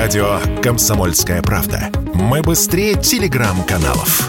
Радио «Комсомольская правда». Мы быстрее телеграм-каналов.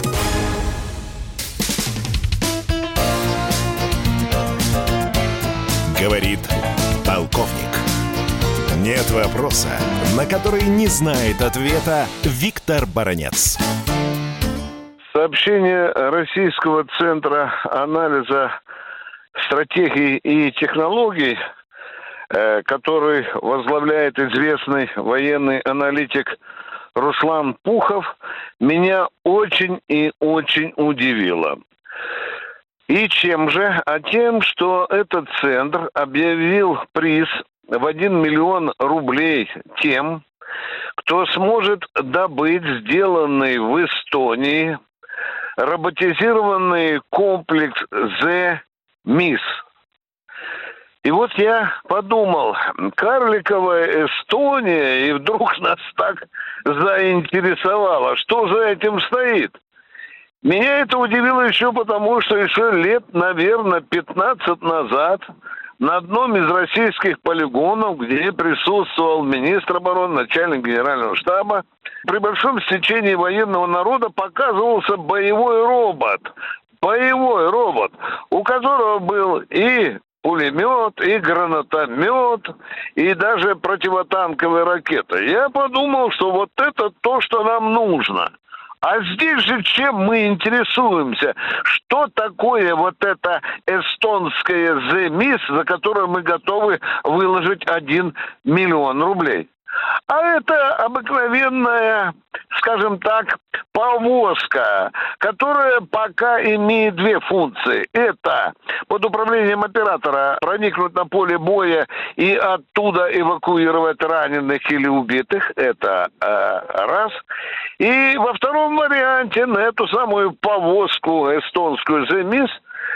Говорит полковник. Нет вопроса, на который не знает ответа Виктор Баранец. Сообщение Российского центра анализа стратегий и технологий, который возглавляет известный военный аналитик Руслан Пухов, меня очень и очень удивило. И чем же? А тем, что этот центр объявил приз в 1 миллион рублей тем, кто сможет добыть сделанный в Эстонии роботизированный комплекс ЗМИС. И вот я подумал, карликовая Эстония, и вдруг нас так заинтересовало, что за этим стоит. Меня это удивило еще потому, что еще лет, наверное, 15 назад на одном из российских полигонов, где присутствовал министр обороны, начальник генерального штаба, при большом стечении военного народа показывался боевой робот, у которого был и пулемет, и гранатомет, и даже противотанковая ракета. Я подумал, что вот это то, что нам нужно. А здесь же чем мы интересуемся? Что такое вот это эстонское ЗМИС, за которое мы готовы выложить 1 миллион рублей? А это обыкновенная, скажем так, повозка, которая пока имеет две функции. Это под управлением оператора проникнуть на поле боя и оттуда эвакуировать раненых или убитых. Это раз. И во втором варианте на эту самую повозку эстонскую ЗМИС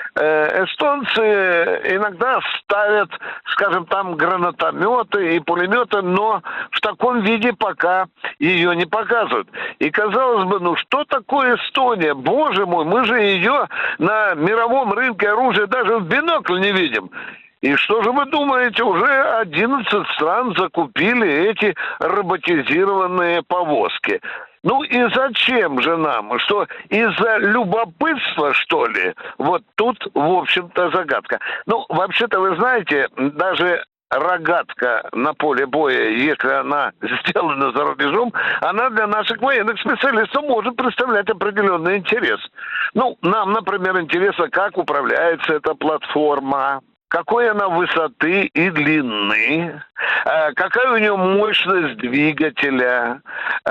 эстонцы иногда ставят, скажем, там гранатометы и пулеметы, но в таком виде пока ее не показывают. И казалось бы, ну что такое Эстония? Боже мой, мы же ее на мировом рынке оружия даже в бинокль не видим. И что же вы думаете, уже 11 стран закупили эти роботизированные повозки. Ну и зачем же нам? Что, из-за любопытства, что ли? Вот тут, в общем-то, загадка. Ну, вообще-то, вы знаете, даже рогатка на поле боя, если она сделана за рубежом, она для наших военных специалистов может представлять определенный интерес. Ну, нам, например, интересно, как управляется эта платформа, какой она высоты и длины, какая у нее мощность двигателя,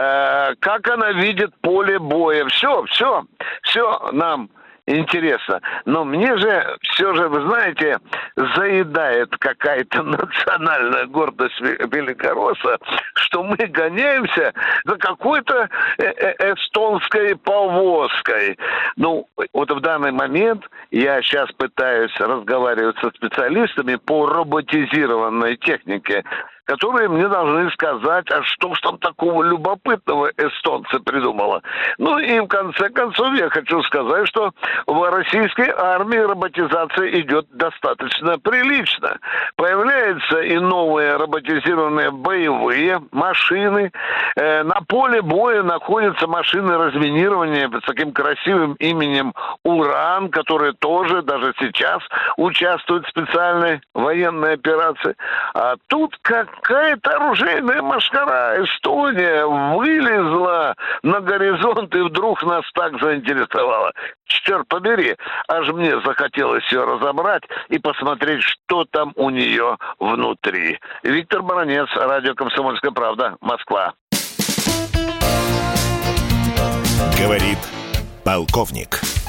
как она видит поле боя. Все нам интересно. Но мне же все же, вы знаете, заедает какая-то национальная гордость великоросса, что мы гоняемся за какой-то эстонской повозкой. Ну, вот в данный момент я сейчас пытаюсь разговаривать со специалистами по роботизированной технике, которые мне должны сказать, а что ж там такого любопытного эстонцы придумала. Ну и в конце концов я хочу сказать, что в российской армии роботизация идет достаточно прилично. Появляются и новые роботизированные боевые машины. На поле боя находятся машины разминирования с таким красивым именем «Уран», которые тоже даже сейчас участвуют в специальной военной операции. А тут какая-то оружейная машкара. Эстония вылезла на горизонт и вдруг нас так заинтересовала. Черт побери, аж мне захотелось ее разобрать и посмотреть, что там у нее внутри. Виктор Баранец, радио «Комсомольская правда», Москва. Говорит полковник.